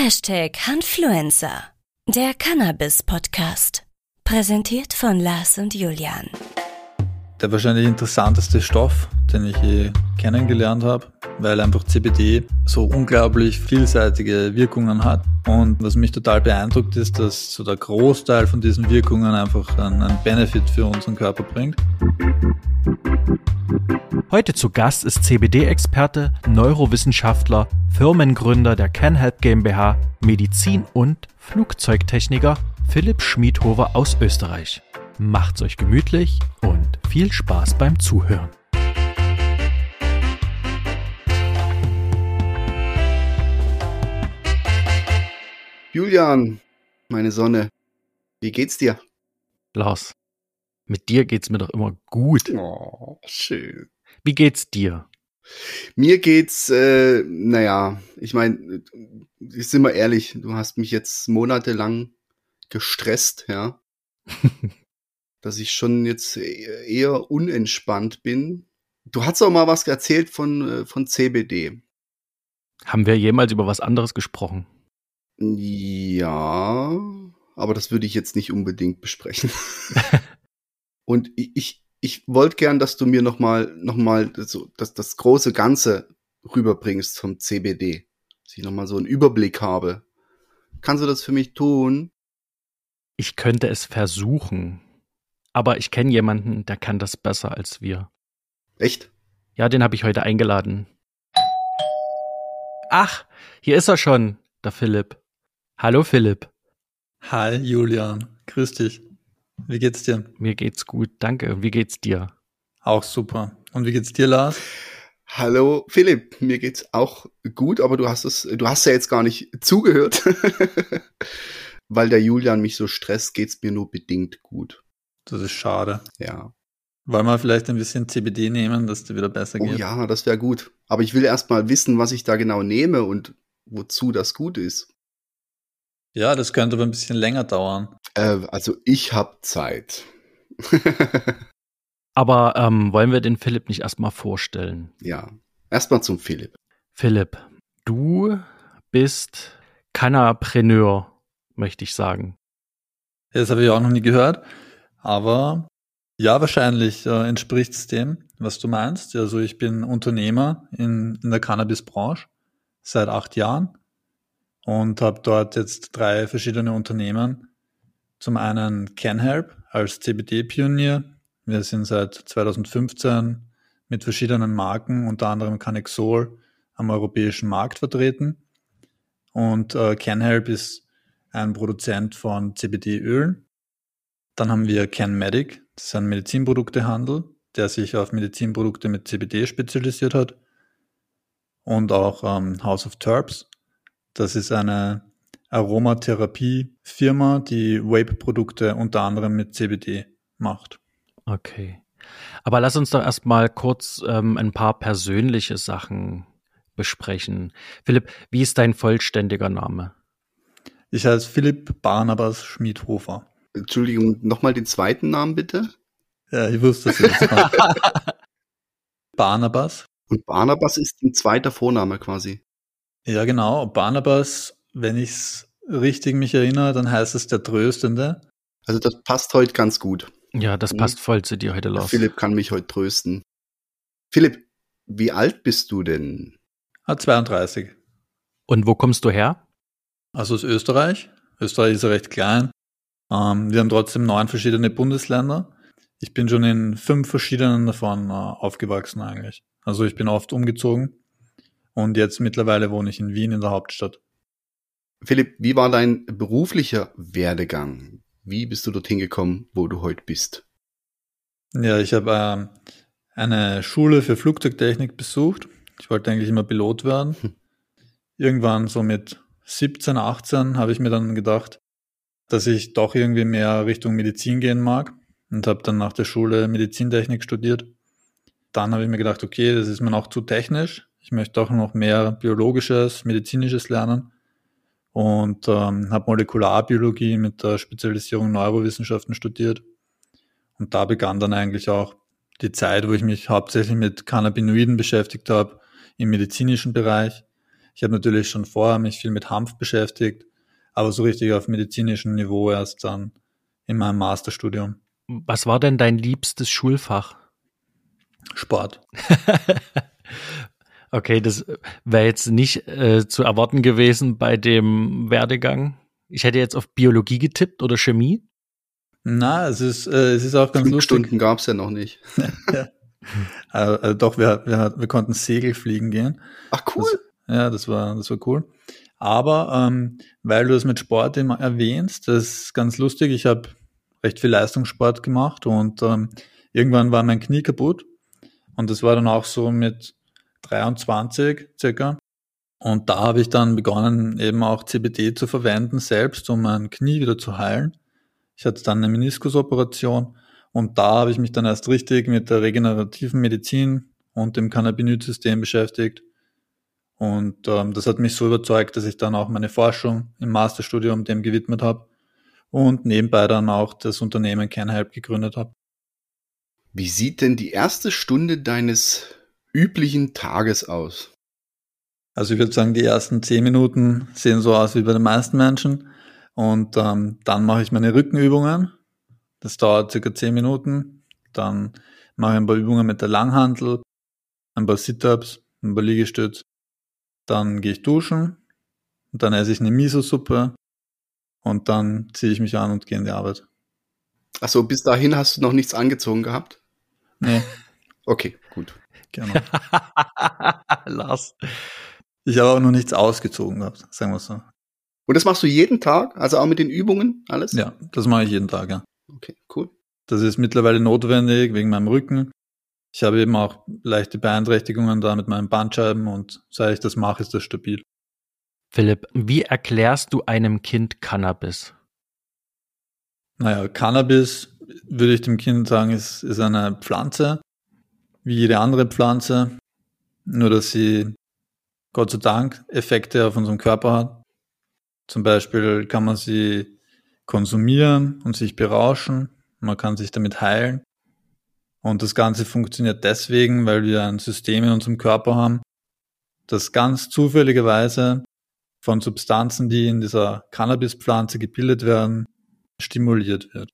#Hanfluencer, der Cannabis-Podcast. Präsentiert von Lars und Julian. Der wahrscheinlich interessanteste Stoff, den ich je kennengelernt habe, weil einfach CBD so unglaublich vielseitige Wirkungen hat. Und was mich total beeindruckt ist, dass so der Großteil von diesen Wirkungen einfach einen Benefit für unseren Körper bringt. Heute zu Gast ist CBD-Experte, Neurowissenschaftler, Firmengründer der CanHelp GmbH, Medizin- und Flugzeugtechniker Philipp Schmiedhofer aus Österreich. Macht's euch gemütlich und viel Spaß beim Zuhören. Julian, meine Sonne, wie geht's dir? Lars, mit dir geht's mir doch immer gut. Oh, schön. Wie geht's dir? Mir geht's, ich meine, sind wir ehrlich, du hast mich jetzt monatelang gestresst, ja, dass ich schon jetzt eher unentspannt bin. Du hast auch mal was erzählt von CBD. Haben wir jemals über was anderes gesprochen? Ja, aber das würde ich jetzt nicht unbedingt besprechen. Und ich wollte gern, dass du mir noch mal so das große Ganze rüberbringst vom CBD. Dass ich noch mal so einen Überblick habe. Kannst du das für mich tun? Ich könnte es versuchen, aber ich kenne jemanden, der kann das besser als wir. Echt? Ja, den habe ich heute eingeladen. Ach, hier ist er schon, der Philipp. Hallo Philipp. Hi Julian, grüß dich. Wie geht's dir? Mir geht's gut, danke. Wie geht's dir? Auch super. Und wie geht's dir, Lars? Hallo Philipp, mir geht's auch gut, aber du hast ja jetzt gar nicht zugehört. Weil der Julian mich so stresst, geht's mir nur bedingt gut. Das ist schade. Ja. Wollen wir vielleicht ein bisschen CBD nehmen, dass es dir wieder besser geht? Oh ja, das wäre gut. Aber ich will erst mal wissen, was ich da genau nehme und wozu das gut ist. Ja, das könnte aber ein bisschen länger dauern. Also ich habe Zeit. Aber wollen wir den Philipp nicht erstmal vorstellen? Ja, erstmal zum Philipp. Philipp, du bist Cannapreneur, möchte ich sagen. Das habe ich auch noch nie gehört. Aber ja, wahrscheinlich entspricht es dem, was du meinst. Also ich bin Unternehmer in der Cannabis-Branche seit 8 Jahren und habe dort jetzt 3 verschiedene Unternehmen. Zum einen CanHelp als CBD-Pionier. Wir sind seit 2015 mit verschiedenen Marken, unter anderem Canexol, am europäischen Markt vertreten. Und CanHelp ist ein Produzent von CBD-Ölen. Dann haben wir CanMedic, das ist ein Medizinproduktehandel, der sich auf Medizinprodukte mit CBD spezialisiert hat. Und auch House of Terps, das ist eine Aromatherapie-Firma, die Vape-Produkte unter anderem mit CBD macht. Okay. Aber lass uns doch erstmal kurz ein paar persönliche Sachen besprechen. Philipp, wie ist dein vollständiger Name? Ich heiße Philipp Barnabas Schmiedhofer. Entschuldigung, nochmal den zweiten Namen bitte. Ja, ich wusste, dass das kommt. Barnabas. Und Barnabas ist ein zweiter Vorname quasi. Ja, genau. Barnabas, wenn ich es richtig mich erinnere, dann heißt es der Tröstende. Also das passt heute ganz gut. Ja, das passt voll zu dir heute, Lars. Philipp kann mich heute trösten. Philipp, wie alt bist du denn? 32. Und wo kommst du her? Also aus Österreich. Österreich ist ja recht klein. Wir haben trotzdem 9 verschiedene Bundesländer. Ich bin schon in 5 verschiedenen davon aufgewachsen eigentlich. Also ich bin oft umgezogen und jetzt mittlerweile wohne ich in Wien in der Hauptstadt. Philipp, wie war dein beruflicher Werdegang? Wie bist du dorthin gekommen, wo du heute bist? Ja, ich habe eine Schule für Flugzeugtechnik besucht. Ich wollte eigentlich immer Pilot werden. Irgendwann so mit 17, 18 habe ich mir dann gedacht, dass ich doch irgendwie mehr Richtung Medizin gehen mag und habe dann nach der Schule Medizintechnik studiert. Dann habe ich mir gedacht, okay, das ist mir noch zu technisch. Ich möchte doch noch mehr biologisches, medizinisches lernen und habe Molekularbiologie mit der Spezialisierung Neurowissenschaften studiert. Und da begann dann eigentlich auch die Zeit, wo ich mich hauptsächlich mit Cannabinoiden beschäftigt habe, im medizinischen Bereich. Ich habe natürlich schon vorher mich viel mit Hanf beschäftigt, aber so richtig auf medizinischem Niveau erst dann in meinem Masterstudium. Was war denn dein liebstes Schulfach? Sport. Okay, das wäre jetzt nicht zu erwarten gewesen bei dem Werdegang. Ich hätte jetzt auf Biologie getippt oder Chemie. Na, es ist auch ganz lustig. Flugstunden gab es ja noch nicht. Doch, wir konnten Segelfliegen gehen. Ach, cool. Das war cool. Aber weil du es mit Sport immer erwähnst, das ist ganz lustig. Ich habe recht viel Leistungssport gemacht und irgendwann war mein Knie kaputt. Und das war dann auch so mit 23 circa. Und da habe ich dann begonnen, eben auch CBD zu verwenden selbst, um mein Knie wieder zu heilen. Ich hatte dann eine Meniskusoperation und da habe ich mich dann erst richtig mit der regenerativen Medizin und dem Cannabinoid-System beschäftigt. Und das hat mich so überzeugt, dass ich dann auch meine Forschung im Masterstudium dem gewidmet habe und nebenbei dann auch das Unternehmen CanHelp gegründet habe. Wie sieht denn die erste Stunde deines üblichen Tages aus? Also ich würde sagen, die ersten 10 Minuten sehen so aus wie bei den meisten Menschen. Und dann mache ich meine Rückenübungen. Das dauert circa 10 Minuten. Dann mache ich ein paar Übungen mit der Langhantel, ein paar Sit-Ups, ein paar Liegestütz. Dann gehe ich duschen und dann esse ich eine Miso-Suppe und dann ziehe ich mich an und gehe in die Arbeit. Achso, bis dahin hast du noch nichts angezogen gehabt? Nee. Okay, gut. Genau. Lars. Ich habe auch noch nichts ausgezogen gehabt, sagen wir es so. Und das machst du jeden Tag? Also auch mit den Übungen, alles? Ja, das mache ich jeden Tag, ja. Okay, cool. Das ist mittlerweile notwendig wegen meinem Rücken. Ich habe eben auch leichte Beeinträchtigungen da mit meinen Bandscheiben und seit ich das mache, ist das stabil. Philipp, wie erklärst du einem Kind Cannabis? Naja, Cannabis, würde ich dem Kind sagen, ist eine Pflanze, wie jede andere Pflanze, nur dass sie, Gott sei Dank, Effekte auf unserem Körper hat. Zum Beispiel kann man sie konsumieren und sich berauschen, man kann sich damit heilen. Und das Ganze funktioniert deswegen, weil wir ein System in unserem Körper haben, das ganz zufälligerweise von Substanzen, die in dieser Cannabispflanze gebildet werden, stimuliert wird.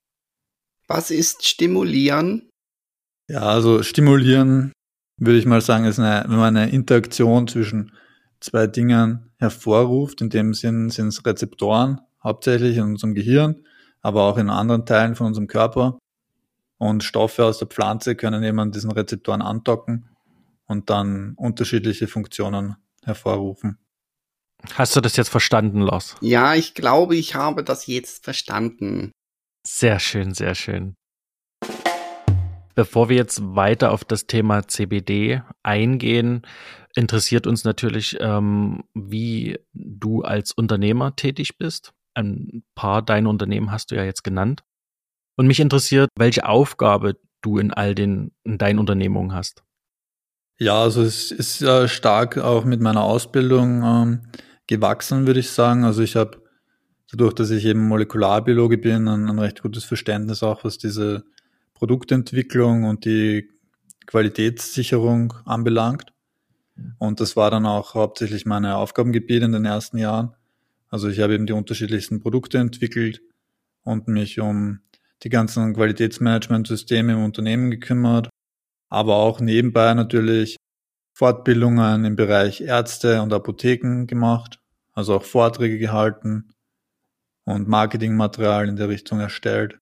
Was ist stimulieren? Ja, also stimulieren, würde ich mal sagen, ist wenn man eine Interaktion zwischen zwei Dingen hervorruft. In dem Sinn sind es Rezeptoren, hauptsächlich in unserem Gehirn, aber auch in anderen Teilen von unserem Körper. Und Stoffe aus der Pflanze können eben an diesen Rezeptoren andocken und dann unterschiedliche Funktionen hervorrufen. Hast du das jetzt verstanden, Lars? Ja, ich glaube, ich habe das jetzt verstanden. Sehr schön, sehr schön. Bevor wir jetzt weiter auf das Thema CBD eingehen, interessiert uns natürlich, wie du als Unternehmer tätig bist. Ein paar deiner Unternehmen hast du ja jetzt genannt. Und mich interessiert, welche Aufgabe du in deinen Unternehmungen hast. Ja, also es ist stark auch mit meiner Ausbildung gewachsen, würde ich sagen. Also ich habe dadurch, dass ich eben Molekularbiologe bin, ein recht gutes Verständnis auch, was diese Produktentwicklung und die Qualitätssicherung anbelangt. Und das war dann auch hauptsächlich meine Aufgabengebiet in den ersten Jahren. Also ich habe eben die unterschiedlichsten Produkte entwickelt und mich um die ganzen Qualitätsmanagementsysteme im Unternehmen gekümmert, aber auch nebenbei natürlich Fortbildungen im Bereich Ärzte und Apotheken gemacht, also auch Vorträge gehalten und Marketingmaterial in der Richtung erstellt.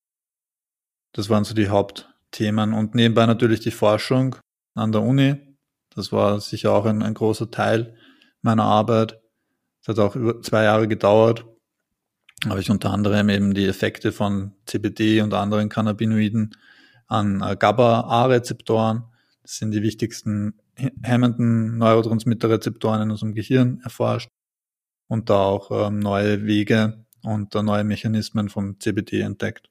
Das waren so die Hauptthemen und nebenbei natürlich die Forschung an der Uni. Das war sicher auch ein großer Teil meiner Arbeit. Das hat auch über 2 Jahre gedauert. Habe ich unter anderem eben die Effekte von CBD und anderen Cannabinoiden an GABA-A-Rezeptoren, das sind die wichtigsten hemmenden Neurotransmitterrezeptoren in unserem Gehirn, erforscht und da auch neue Wege und neue Mechanismen vom CBD entdeckt.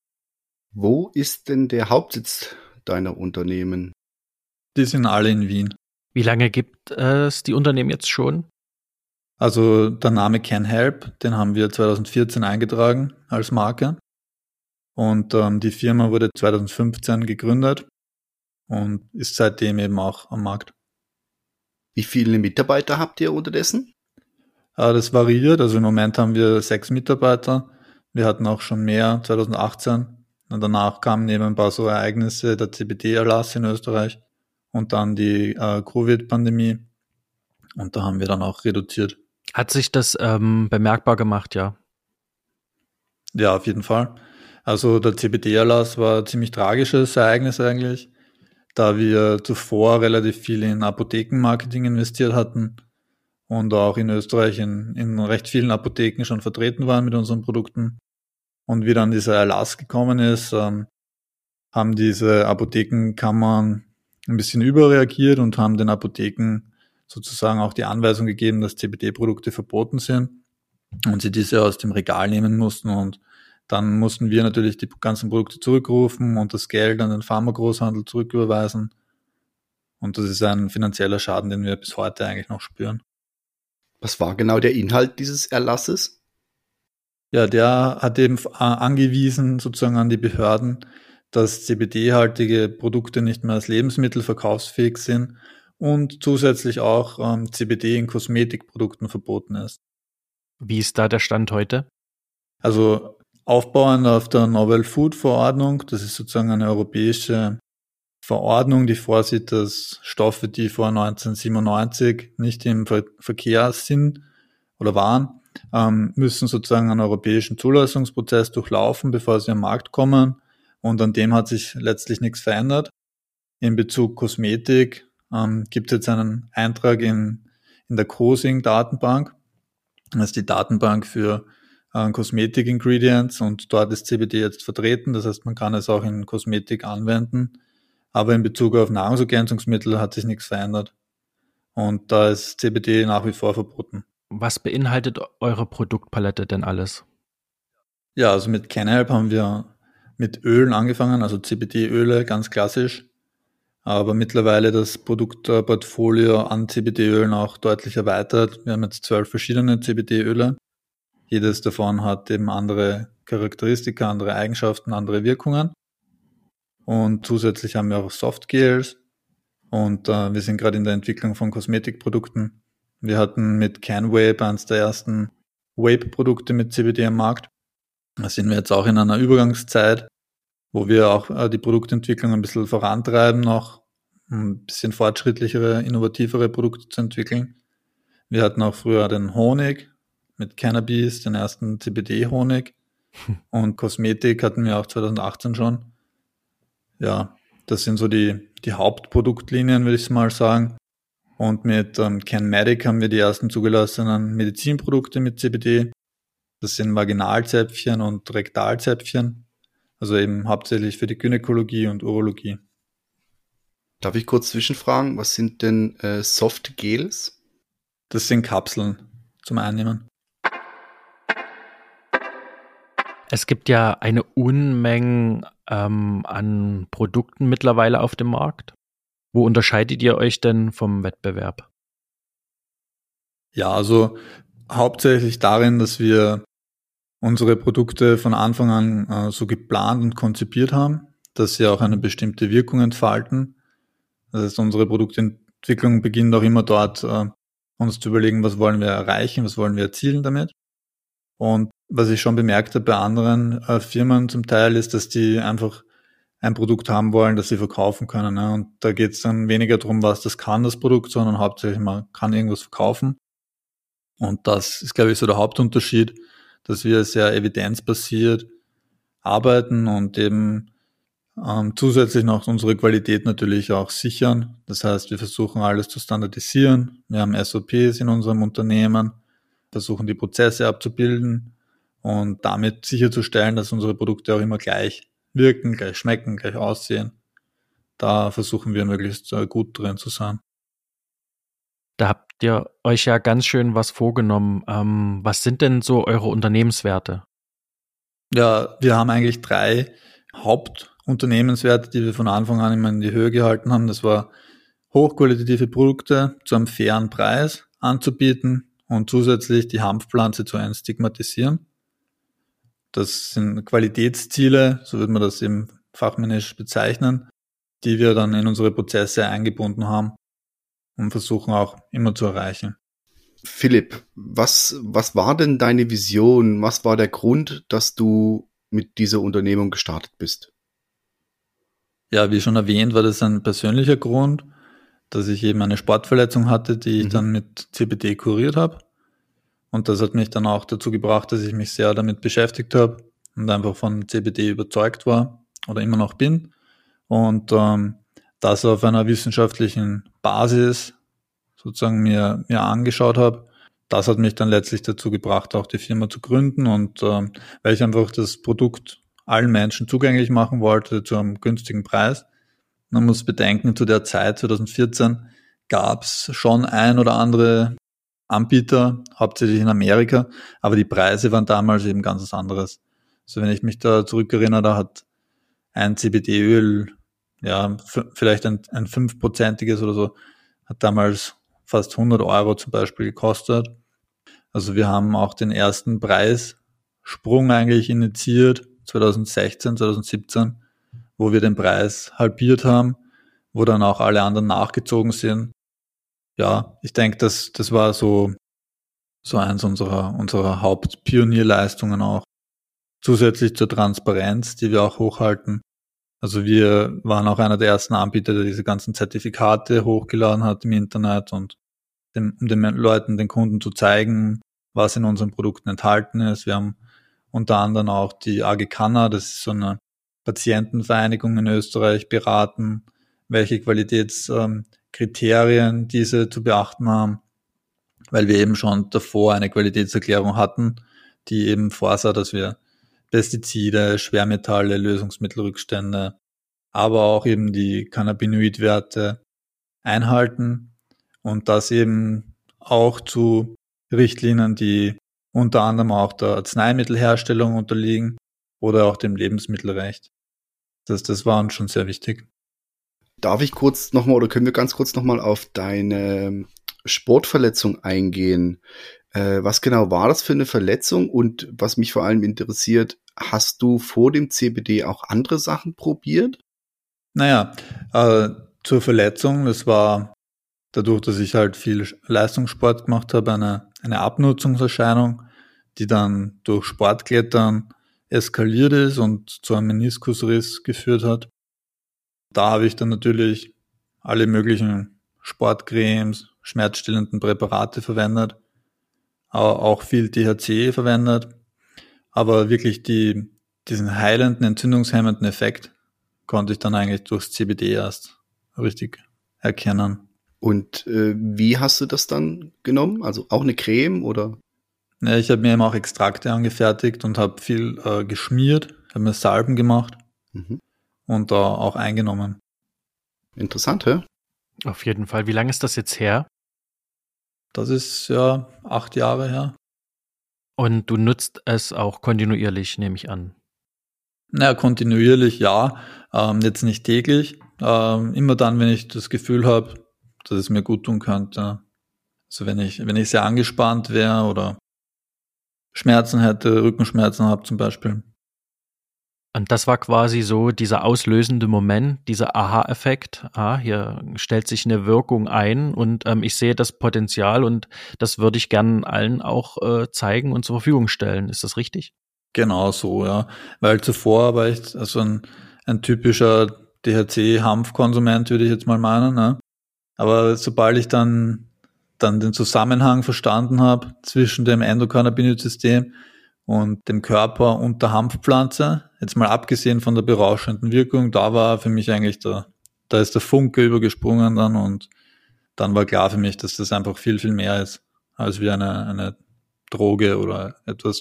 Wo ist denn der Hauptsitz deiner Unternehmen? Die sind alle in Wien. Wie lange gibt es die Unternehmen jetzt schon? Also der Name CanHelp, den haben wir 2014 eingetragen als Marke. Und die Firma wurde 2015 gegründet und ist seitdem eben auch am Markt. Wie viele Mitarbeiter habt ihr unterdessen? Das variiert, also im Moment haben wir 6 Mitarbeiter. Wir hatten auch schon mehr 2018. Und danach kamen eben ein paar so Ereignisse, der CBD-Erlass in Österreich und dann die Covid-Pandemie. Und da haben wir dann auch reduziert. Hat sich das bemerkbar gemacht, ja? Ja, auf jeden Fall. Also der CBD-Erlass war ein ziemlich tragisches Ereignis eigentlich, da wir zuvor relativ viel in Apothekenmarketing investiert hatten und auch in Österreich in recht vielen Apotheken schon vertreten waren mit unseren Produkten. Und wie dann dieser Erlass gekommen ist, haben diese Apothekenkammern ein bisschen überreagiert und haben den Apotheken sozusagen auch die Anweisung gegeben, dass CBD-Produkte verboten sind und sie diese aus dem Regal nehmen mussten. Und dann mussten wir natürlich die ganzen Produkte zurückrufen und das Geld an den Pharmagroßhandel zurücküberweisen. Und das ist ein finanzieller Schaden, den wir bis heute eigentlich noch spüren. Was war genau der Inhalt dieses Erlasses? Ja, der hat eben angewiesen sozusagen an die Behörden, dass CBD-haltige Produkte nicht mehr als Lebensmittel verkaufsfähig sind und zusätzlich auch CBD in Kosmetikprodukten verboten ist. Wie ist da der Stand heute? Also aufbauend auf der Novel Food Verordnung, das ist sozusagen eine europäische Verordnung, die vorsieht, dass Stoffe, die vor 1997 nicht im Verkehr sind oder waren, müssen sozusagen einen europäischen Zulassungsprozess durchlaufen, bevor sie am Markt kommen. Und an dem hat sich letztlich nichts verändert. In Bezug Kosmetik gibt es jetzt einen Eintrag in der COSING-Datenbank. Das ist die Datenbank für Kosmetik-Ingredients und dort ist CBD jetzt vertreten. Das heißt, man kann es auch in Kosmetik anwenden. Aber in Bezug auf Nahrungsergänzungsmittel hat sich nichts verändert. Und da ist CBD nach wie vor verboten. Was beinhaltet eure Produktpalette denn alles? Ja, also mit CanHelp haben wir mit Ölen angefangen, also CBD-Öle, ganz klassisch. Aber mittlerweile das Produktportfolio an CBD-Ölen auch deutlich erweitert. Wir haben jetzt 12 verschiedene CBD-Öle. Jedes davon hat eben andere Charakteristika, andere Eigenschaften, andere Wirkungen. Und zusätzlich haben wir auch Softgels. Und wir sind gerade in der Entwicklung von Kosmetikprodukten. Wir hatten mit CanVape eines der ersten Vape-Produkte mit CBD am Markt. Da sind wir jetzt auch in einer Übergangszeit, wo wir auch die Produktentwicklung ein bisschen vorantreiben, noch ein bisschen fortschrittlichere, innovativere Produkte zu entwickeln. Wir hatten auch früher den Honig mit Cannabis, den ersten CBD-Honig. Und Kosmetik hatten wir auch 2018 schon. Ja, das sind so die Hauptproduktlinien, würde ich mal sagen. Und mit CanMedic haben wir die ersten zugelassenen Medizinprodukte mit CBD. Das sind Vaginalzäpfchen und Rektalzäpfchen. Also eben hauptsächlich für die Gynäkologie und Urologie. Darf ich kurz zwischenfragen, was sind denn Softgels? Das sind Kapseln zum Einnehmen. Es gibt ja eine Unmenge an Produkten mittlerweile auf dem Markt. Wo unterscheidet ihr euch denn vom Wettbewerb? Ja, also hauptsächlich darin, dass wir unsere Produkte von Anfang an so geplant und konzipiert haben, dass sie auch eine bestimmte Wirkung entfalten. Das heißt, unsere Produktentwicklung beginnt auch immer dort, uns zu überlegen, was wollen wir erreichen, was wollen wir erzielen damit. Und was ich schon bemerkt habe bei anderen Firmen zum Teil ist, dass die einfach ein Produkt haben wollen, das sie verkaufen können. Ne? Und da geht es dann weniger darum, was das kann, das Produkt, sondern hauptsächlich man kann irgendwas verkaufen. Und das ist, glaube ich, so der Hauptunterschied, dass wir sehr evidenzbasiert arbeiten und eben zusätzlich noch unsere Qualität natürlich auch sichern. Das heißt, wir versuchen alles zu standardisieren. Wir haben SOPs in unserem Unternehmen, versuchen die Prozesse abzubilden und damit sicherzustellen, dass unsere Produkte auch immer gleich wirken, gleich schmecken, gleich aussehen. Da versuchen wir möglichst gut drin zu sein. Da habt ihr euch ja ganz schön was vorgenommen. Was sind denn so eure Unternehmenswerte? Ja, wir haben eigentlich 3 Hauptunternehmenswerte, die wir von Anfang an immer in die Höhe gehalten haben. Das war hochqualitative Produkte zu einem fairen Preis anzubieten und zusätzlich die Hanfpflanze zu entstigmatisieren. Das sind Qualitätsziele, so würde man das eben fachmännisch bezeichnen, die wir dann in unsere Prozesse eingebunden haben. und versuchen auch immer zu erreichen. Philipp, was war denn deine Vision? Was war der Grund, dass du mit dieser Unternehmung gestartet bist? Ja, wie schon erwähnt, war das ein persönlicher Grund, dass ich eben eine Sportverletzung hatte, die ich dann mit CBD kuriert habe. Und das hat mich dann auch dazu gebracht, dass ich mich sehr damit beschäftigt habe und einfach von CBD überzeugt war oder immer noch bin. Und das auf einer wissenschaftlichen Basis sozusagen mir angeschaut habe, das hat mich dann letztlich dazu gebracht, auch die Firma zu gründen. Und weil ich einfach das Produkt allen Menschen zugänglich machen wollte zu einem günstigen Preis. Man muss bedenken, zu der Zeit, 2014, gab es schon ein oder andere Anbieter, hauptsächlich in Amerika, aber die Preise waren damals eben ganz was anderes. Also wenn ich mich da zurückerinnere, da hat ein CBD-Öl, ja, vielleicht ein 5%iges oder so, hat damals fast 100 Euro zum Beispiel gekostet. Also wir haben auch den ersten Preissprung eigentlich initiiert, 2016, 2017, wo wir den Preis halbiert haben, wo dann auch alle anderen nachgezogen sind. Ja, ich denke, das war so eins unserer Hauptpionierleistungen auch. Zusätzlich zur Transparenz, die wir auch hochhalten. Also wir waren auch einer der ersten Anbieter, der diese ganzen Zertifikate hochgeladen hat im Internet und um den Leuten, den Kunden zu zeigen, was in unseren Produkten enthalten ist. Wir haben unter anderem auch die AG Canna, das ist so eine Patientenvereinigung in Österreich, beraten, welche Qualitätskriterien diese zu beachten haben, weil wir eben schon davor eine Qualitätserklärung hatten, die eben vorsah, dass wir Pestizide, Schwermetalle, Lösungsmittelrückstände, aber auch eben die Cannabinoidwerte einhalten und das eben auch zu Richtlinien, die unter anderem auch der Arzneimittelherstellung unterliegen oder auch dem Lebensmittelrecht. Das war uns schon sehr wichtig. Darf ich kurz nochmal oder können wir ganz kurz nochmal auf deine Sportverletzung eingehen? Was genau war das für eine Verletzung? Und was mich vor allem interessiert, hast du vor dem CBD auch andere Sachen probiert? Naja, zur Verletzung, das war dadurch, dass ich halt viel Leistungssport gemacht habe, eine Abnutzungserscheinung, die dann durch Sportklettern eskaliert ist und zu einem Meniskusriss geführt hat. Da habe ich dann natürlich alle möglichen Sportcremes, schmerzstillenden Präparate verwendet, auch viel THC verwendet, aber wirklich diesen heilenden, entzündungshemmenden Effekt konnte ich dann eigentlich durchs CBD erst richtig erkennen. Und wie hast du das dann genommen? Also auch eine Creme oder? Ja, ich habe mir eben auch Extrakte angefertigt und habe viel geschmiert, habe mir Salben gemacht und auch eingenommen. Interessant, hä? Auf jeden Fall. Wie lange ist das jetzt her? Das ist ja 8 Jahre her. Und du nutzt es auch kontinuierlich, nehme ich an. Naja, kontinuierlich ja, jetzt nicht täglich. Immer dann, wenn ich das Gefühl habe, dass es mir gut tun könnte. Also wenn ich sehr angespannt wäre oder Schmerzen hätte, Rückenschmerzen habe zum Beispiel. Und das war quasi so dieser auslösende Moment, dieser Aha-Effekt. Hier stellt sich eine Wirkung ein und ich sehe das Potenzial und das würde ich gern allen auch zeigen und zur Verfügung stellen. Ist das richtig? Genau so, ja. Weil zuvor war ich also ein typischer THC-Hanfkonsument, würde ich jetzt mal meinen. Ne? Aber sobald ich dann den Zusammenhang verstanden habe zwischen dem Endokannabinoid-System und dem Körper und der Hanfpflanze, jetzt mal abgesehen von der berauschenden Wirkung, da war für mich eigentlich da ist der Funke übergesprungen dann und dann war klar für mich, dass das einfach viel, viel mehr ist, als wie eine Droge oder etwas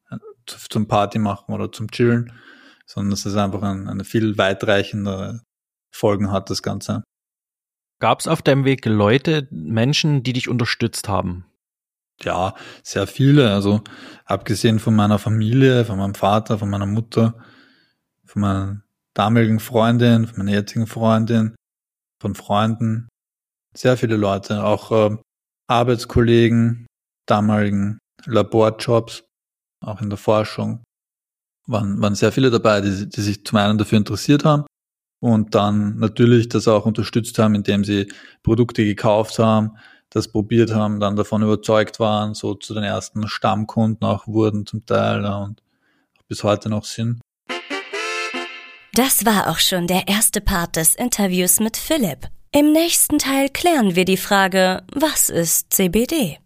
zum Party machen oder zum Chillen, sondern dass es einfach eine viel weitreichendere Folgen hat, das Ganze. Gab es auf deinem Weg Menschen, die dich unterstützt haben? Ja, sehr viele. Also abgesehen von meiner Familie, von meinem Vater, von meiner Mutter, von meiner damaligen Freundin, von meiner jetzigen Freundin, von Freunden. Sehr viele Leute, auch Arbeitskollegen, damaligen Laborjobs, auch in der Forschung. Waren sehr viele dabei, die sich zum einen dafür interessiert haben und dann natürlich das auch unterstützt haben, indem sie Produkte gekauft haben, das probiert haben, dann davon überzeugt waren, so zu den ersten Stammkunden auch wurden zum Teil und bis heute noch sind. Das war auch schon der erste Part des Interviews mit Philipp. Im nächsten Teil klären wir die Frage, was ist CBD?